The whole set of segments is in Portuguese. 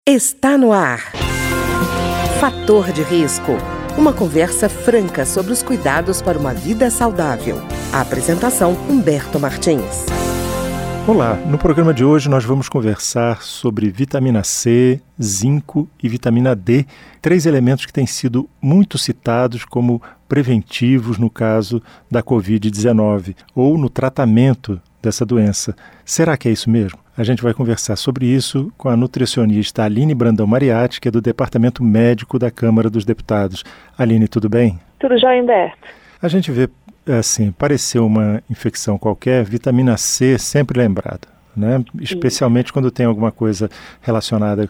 Está no ar. Fator de risco. Uma conversa franca sobre os cuidados para uma vida saudável. A apresentação, Humberto Martins. Olá, no programa de hoje nós vamos conversar sobre vitamina C, zinco e vitamina D, 3 elementos que têm sido muito citados como preventivos no caso da Covid-19 ou no tratamento dessa doença. Será que é isso mesmo? A gente vai conversar sobre isso com a nutricionista Aline Brandão Mariatti, que é do Departamento Médico da Câmara dos Deputados. Aline, tudo bem? Tudo jóia, Humberto. A gente vê, assim, pareceu uma infecção qualquer, vitamina C sempre lembrada, né? Especialmente quando tem alguma coisa relacionada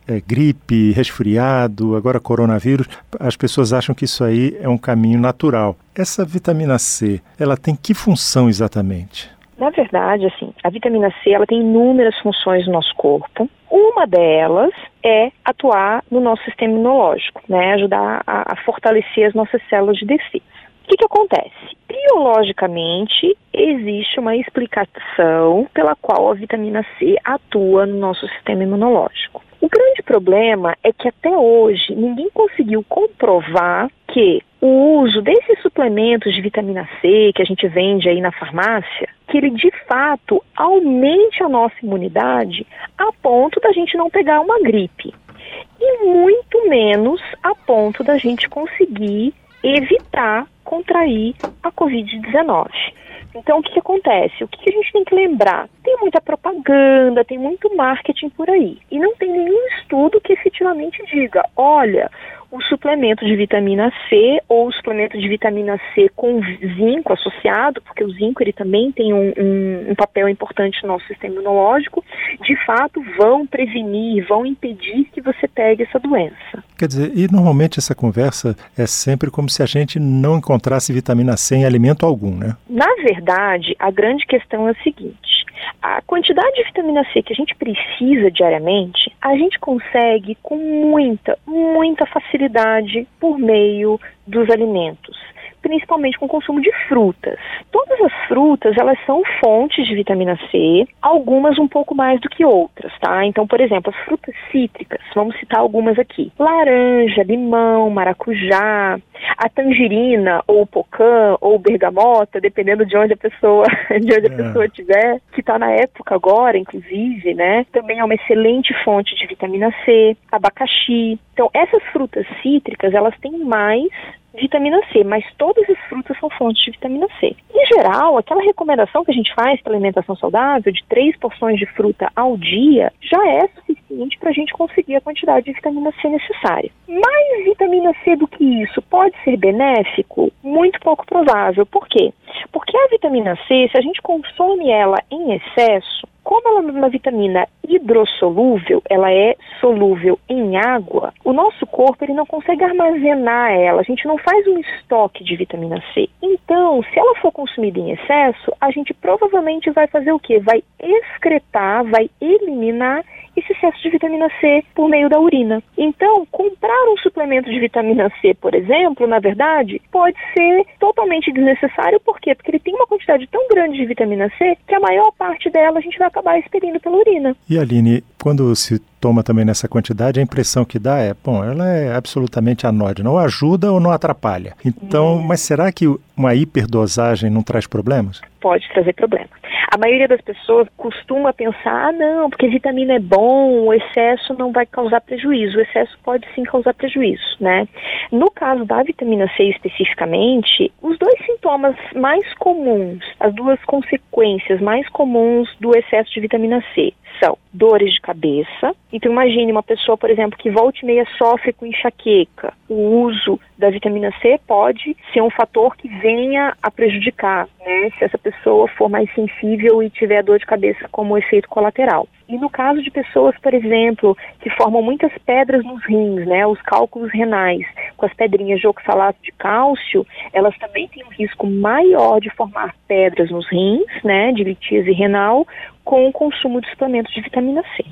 gripe, resfriado, agora coronavírus, as pessoas acham que isso aí é um caminho natural. Essa vitamina C, ela tem que função exatamente? Na verdade, assim, a vitamina C ela tem inúmeras funções no nosso corpo. Uma delas é atuar no nosso sistema imunológico, né? Ajudar a fortalecer as nossas células de defesa. O que acontece? Biologicamente, existe uma explicação pela qual a vitamina C atua no nosso sistema imunológico. O grande problema é que até hoje ninguém conseguiu comprovar que o uso desses suplementos de vitamina C que a gente vende aí na farmácia, que ele de fato aumente a nossa imunidade a ponto da gente não pegar uma gripe. E muito menos a ponto da gente conseguir evitar contrair a Covid-19. Então, o que acontece? O que a gente tem que lembrar? Tem muita propaganda, tem muito marketing por aí. E não tem nenhum estudo que efetivamente diga, olha, o suplemento de vitamina C ou o suplemento de vitamina C com zinco associado, porque o zinco ele também tem um papel importante no nosso sistema imunológico, de fato vão prevenir, vão impedir que você pegue essa doença. Quer dizer, e normalmente essa conversa é sempre como se a gente não encontrasse vitamina C em alimento algum, né? Na verdade, a grande questão é a seguinte: a quantidade de vitamina C que a gente precisa diariamente, a gente consegue com muita facilidade por meio dos alimentos, principalmente com o consumo de frutas. Todas as frutas, elas são fontes de vitamina C, algumas um pouco mais do que outras, tá? Então, por exemplo, as frutas cítricas, vamos citar algumas aqui: laranja, limão, maracujá, a tangerina, ou pocã, ou bergamota, dependendo de onde a pessoa estiver, que está na época agora, inclusive, né? Também é uma excelente fonte de vitamina C, abacaxi. Então, essas frutas cítricas, elas têm mais vitamina C, mas todas as frutas são fontes de vitamina C. Em geral, aquela recomendação que a gente faz para alimentação saudável de 3 porções de fruta ao dia já é suficiente para a gente conseguir a quantidade de vitamina C necessária. Mais vitamina C do que isso pode ser benéfico? Muito pouco provável. Por quê? Porque a vitamina C, se a gente consome ela em excesso, como ela é uma vitamina hidrossolúvel, ela é solúvel em água, o nosso corpo ele não consegue armazenar ela, a gente não faz um estoque de vitamina C. Então, se ela for consumida em excesso, a gente provavelmente vai fazer o quê? Vai excretar, vai eliminar esse excesso de vitamina C por meio da urina. Então, comprar um suplemento de vitamina C, por exemplo, na verdade, pode ser totalmente desnecessário. Por quê? Porque ele tem uma quantidade tão grande de vitamina C que a maior parte dela a gente vai acabar expelindo pela urina. E Aline, quando se toma também nessa quantidade, a impressão que dá é, ela é absolutamente anódina, ou ajuda ou não atrapalha. Então, mas será que uma hiperdosagem não traz problemas? Pode trazer problemas. A maioria das pessoas costuma pensar, não, porque vitamina é bom, o excesso não vai causar prejuízo. O excesso pode sim causar prejuízo, né? No caso da vitamina C especificamente, os dois sintomas mais comuns, as duas consequências mais comuns do excesso de vitamina C são dores de cabeça. Então imagine uma pessoa, por exemplo, que volta e meia sofre com enxaqueca. O uso da vitamina C pode ser um fator que venha a prejudicar, né? Se essa pessoa for mais sensível e tiver dor de cabeça como efeito colateral. E no caso de pessoas, por exemplo, que formam muitas pedras nos rins, né, os cálculos renais, com as pedrinhas de oxalato de cálcio, elas também têm um risco maior de formar pedras nos rins, né, de litíase renal, com o consumo de suplementos de vitamina C.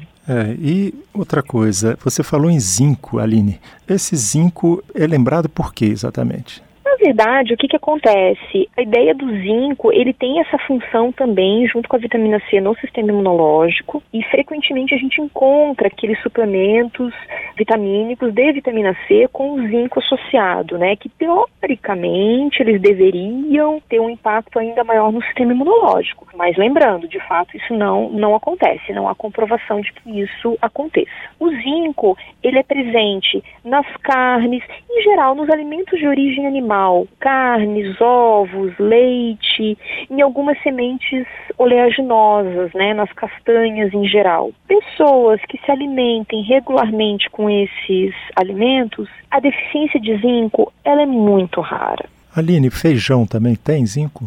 E outra coisa, você falou em zinco, Aline. Esse zinco é lembrado por quê exatamente? Na verdade, o que acontece? A ideia do zinco, ele tem essa função também, junto com a vitamina C, no sistema imunológico, e frequentemente a gente encontra aqueles suplementos vitamínicos de vitamina C com o zinco associado, né? Que teoricamente eles deveriam ter um impacto ainda maior no sistema imunológico. Mas lembrando, de fato, isso não acontece, não há comprovação de que isso aconteça. O zinco, ele é presente nas carnes, em geral nos alimentos de origem animal, carnes, ovos, leite, em algumas sementes oleaginosas, né, nas castanhas em geral. Pessoas que se alimentem regularmente com esses alimentos, a deficiência de zinco, ela é muito rara. Aline, feijão também tem zinco?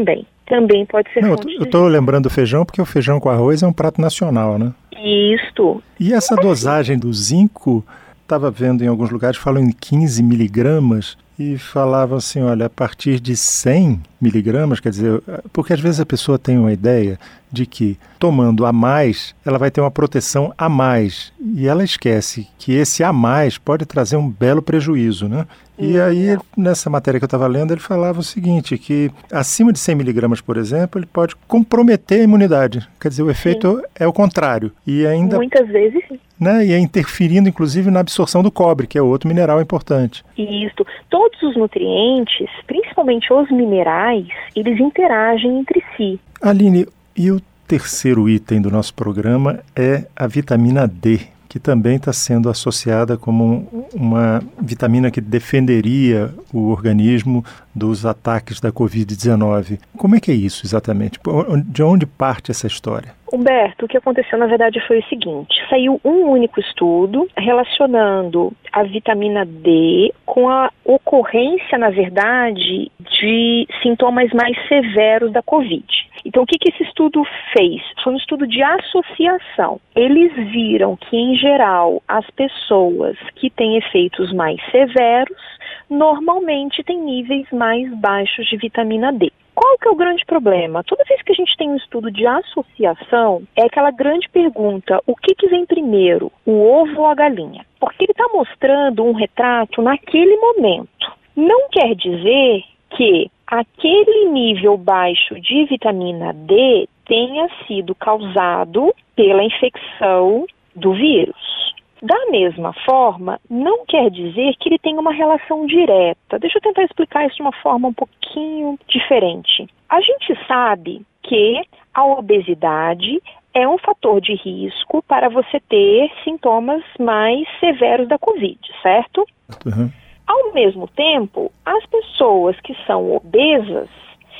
Também pode ser fonte de zinco. Eu estou lembrando do feijão porque o feijão com arroz é um prato nacional, né? Isto. E essa dosagem do zinco, estava vendo em alguns lugares, falam em 15 miligramas e falavam assim, olha, a partir de 100 miligramas, quer dizer, porque às vezes a pessoa tem uma ideia de que tomando a mais, ela vai ter uma proteção a mais. E ela esquece que esse a mais pode trazer um belo prejuízo, né? E aí, nessa matéria que eu estava lendo, ele falava o seguinte, que acima de 100 miligramas, por exemplo, ele pode comprometer a imunidade. Quer dizer, o efeito é o contrário. E ainda, muitas vezes sim. Né, e é interferindo, inclusive, na absorção do cobre, que é outro mineral importante. Isso. Todos os nutrientes, principalmente os minerais, eles interagem entre si. Aline, e o terceiro item do nosso programa é a vitamina D, que também está sendo associada como uma vitamina que defenderia o organismo dos ataques da Covid-19. Como é que é isso exatamente? De onde parte essa história? Humberto, o que aconteceu na verdade foi o seguinte, saiu um único estudo relacionando a vitamina D com a ocorrência, na verdade, de sintomas mais severos da Covid. Então, o que esse estudo fez? Foi um estudo de associação. Eles viram que, em geral, as pessoas que têm efeitos mais severos, normalmente têm níveis mais baixos de vitamina D. Qual que é o grande problema? Toda vez que a gente tem um estudo de associação, é aquela grande pergunta, o que vem primeiro, o ovo ou a galinha? Porque ele está mostrando um retrato naquele momento. Não quer dizer que aquele nível baixo de vitamina D tenha sido causado pela infecção do vírus. Da mesma forma, não quer dizer que ele tenha uma relação direta. Deixa eu tentar explicar isso de uma forma um pouquinho diferente. A gente sabe que a obesidade é um fator de risco para você ter sintomas mais severos da Covid, certo? Uhum. Ao mesmo tempo, as pessoas que são obesas,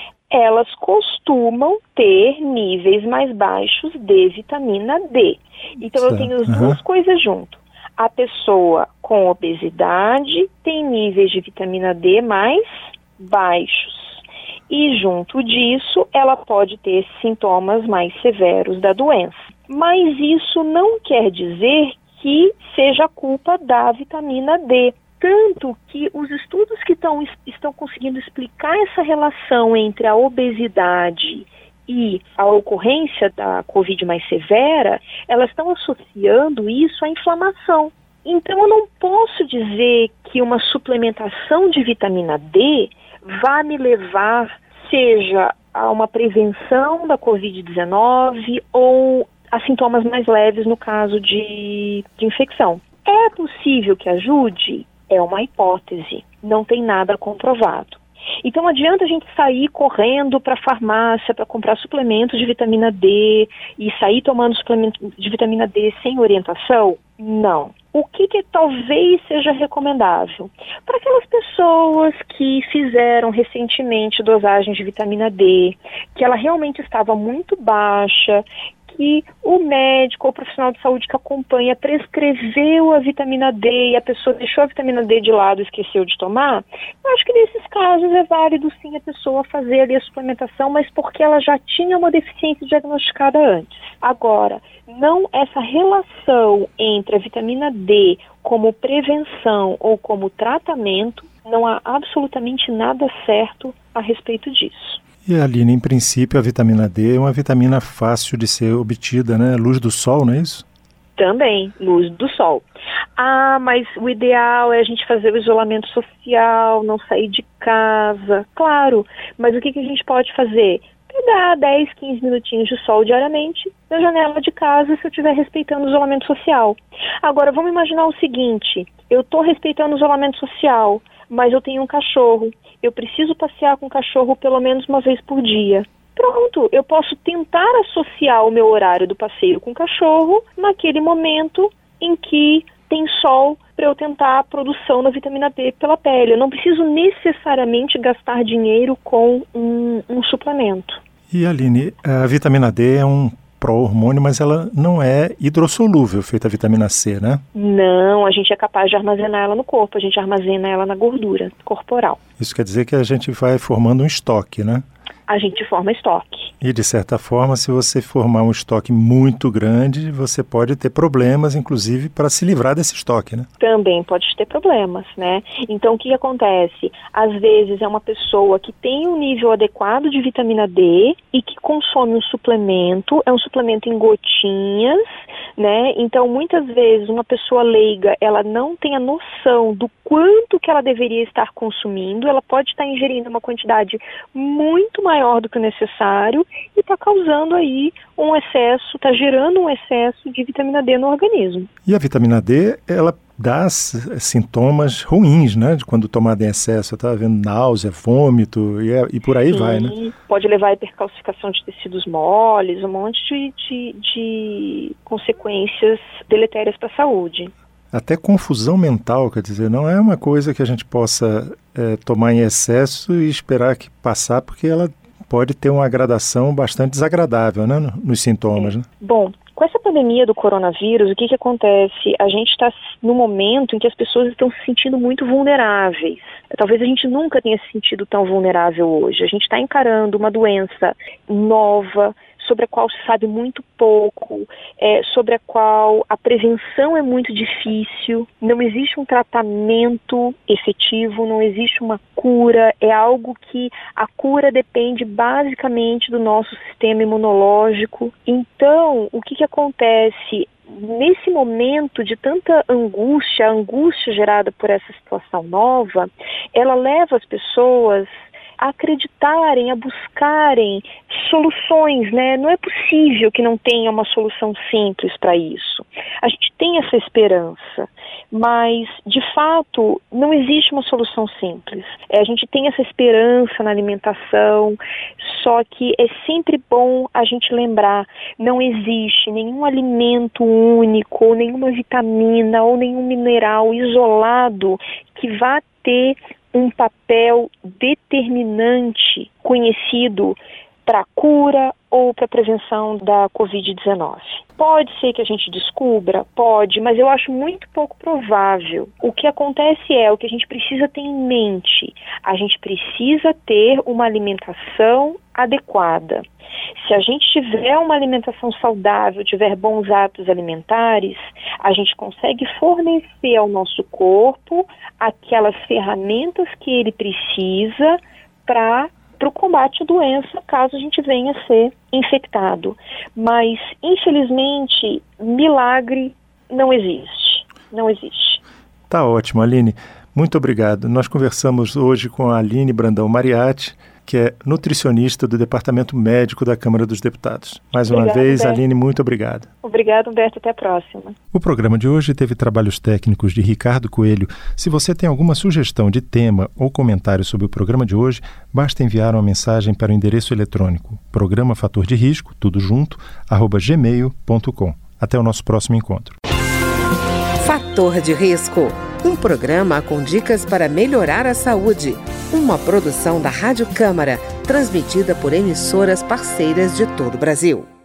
elas costumam ter níveis mais baixos de vitamina D. Então, eu tenho as duas coisas junto. A pessoa com obesidade tem níveis de vitamina D mais baixos. E, junto disso, ela pode ter sintomas mais severos da doença. Mas isso não quer dizer que seja culpa da vitamina D. Tanto que os estudos que estão conseguindo explicar essa relação entre a obesidade e a ocorrência da Covid mais severa, elas estão associando isso à inflamação. Então, eu não posso dizer que uma suplementação de vitamina D vá me levar, seja a uma prevenção da Covid-19 ou a sintomas mais leves no caso de infecção. É possível que ajude? É uma hipótese, não tem nada comprovado. Então, adianta a gente sair correndo para a farmácia para comprar suplementos de vitamina D e sair tomando suplemento de vitamina D sem orientação? Não. O que talvez seja recomendável? Para aquelas pessoas que fizeram recentemente dosagem de vitamina D, que ela realmente estava muito baixa, que o médico ou profissional de saúde que acompanha prescreveu a vitamina D e a pessoa deixou a vitamina D de lado e esqueceu de tomar, eu acho que nesses casos é válido sim a pessoa fazer ali a suplementação, mas porque ela já tinha uma deficiência diagnosticada antes. Agora, não essa relação entre a vitamina D como prevenção ou como tratamento, não há absolutamente nada certo a respeito disso. E, Aline, em princípio, a vitamina D é uma vitamina fácil de ser obtida, né? Luz do sol, não é isso? Também, luz do sol. Mas o ideal é a gente fazer o isolamento social, não sair de casa. Claro, mas o que a gente pode fazer? Pegar 10, 15 minutinhos de sol diariamente na janela de casa se eu estiver respeitando o isolamento social. Agora, vamos imaginar o seguinte, eu estou respeitando o isolamento social, mas eu tenho um cachorro, eu preciso passear com o cachorro pelo menos uma vez por dia. Pronto, eu posso tentar associar o meu horário do passeio com o cachorro naquele momento em que tem sol para eu tentar a produção da vitamina D pela pele. Eu não preciso necessariamente gastar dinheiro com um suplemento. E Aline, a vitamina D é um pró-hormônio, mas ela não é hidrossolúvel, feita a vitamina C, né? Não, a gente é capaz de armazenar ela no corpo, a gente armazena ela na gordura corporal. Isso quer dizer que a gente vai formando um estoque, né? A gente forma estoque. E, de certa forma, se você formar um estoque muito grande, você pode ter problemas, inclusive, para se livrar desse estoque, né? Também pode ter problemas, né? Então, o que acontece? Às vezes é uma pessoa que tem um nível adequado de vitamina D e que consome um suplemento, é um suplemento em gotinhas, né? Então, muitas vezes, uma pessoa leiga, ela não tem a noção do quanto que ela deveria estar consumindo, ela pode estar ingerindo uma quantidade muito maior do que o necessário e está causando aí um excesso, está gerando um excesso de vitamina D no organismo. E a vitamina D, ela dá sintomas ruins, né? De quando tomada em excesso, eu estava vendo náusea, vômito e por aí. Sim, vai, né? Pode levar a hipercalcificação de tecidos moles, um monte de consequências deletérias para a saúde. Até confusão mental, quer dizer, não é uma coisa que a gente possa tomar em excesso e esperar que passar, porque ela pode ter uma gradação bastante desagradável, né, nos sintomas. Né? Bom, com essa pandemia do coronavírus, o que acontece? A gente está no momento em que as pessoas estão se sentindo muito vulneráveis. Talvez a gente nunca tenha se sentido tão vulnerável hoje. A gente está encarando uma doença nova, sobre a qual se sabe muito pouco, sobre a qual a prevenção é muito difícil, não existe um tratamento efetivo, não existe uma cura, é algo que a cura depende basicamente do nosso sistema imunológico. Então, o que acontece? Nesse momento de tanta angústia, a angústia gerada por essa situação nova, ela leva as pessoas a acreditarem, a buscarem soluções, né? Não é possível que não tenha uma solução simples para isso. A gente tem essa esperança, mas, de fato, não existe uma solução simples. A gente tem essa esperança na alimentação, só que é sempre bom a gente lembrar, não existe nenhum alimento único, ou nenhuma vitamina, ou nenhum mineral isolado que vá ter um papel determinante conhecido para a cura ou para a prevenção da Covid-19. Pode ser que a gente descubra, pode, mas eu acho muito pouco provável. O que acontece o que a gente precisa ter em mente. A gente precisa ter uma alimentação adequada. Se a gente tiver uma alimentação saudável, tiver bons hábitos alimentares, a gente consegue fornecer ao nosso corpo aquelas ferramentas que ele precisa para o combate à doença, caso a gente venha a ser infectado. Mas, infelizmente, milagre não existe. Não existe. Tá ótimo, Aline. Muito obrigado. Nós conversamos hoje com a Aline Brandão Mariatti, que é nutricionista do Departamento Médico da Câmara dos Deputados. Mais uma vez, Humberto. Aline, muito obrigado. Obrigado, Humberto. Até a próxima. O programa de hoje teve trabalhos técnicos de Ricardo Coelho. Se você tem alguma sugestão de tema ou comentário sobre o programa de hoje, basta enviar uma mensagem para o endereço eletrônico programa Fator de Risco, tudo junto, @gmail.com. Até o nosso próximo encontro. Fator de Risco, um programa com dicas para melhorar a saúde. Uma produção da Rádio Câmara, transmitida por emissoras parceiras de todo o Brasil.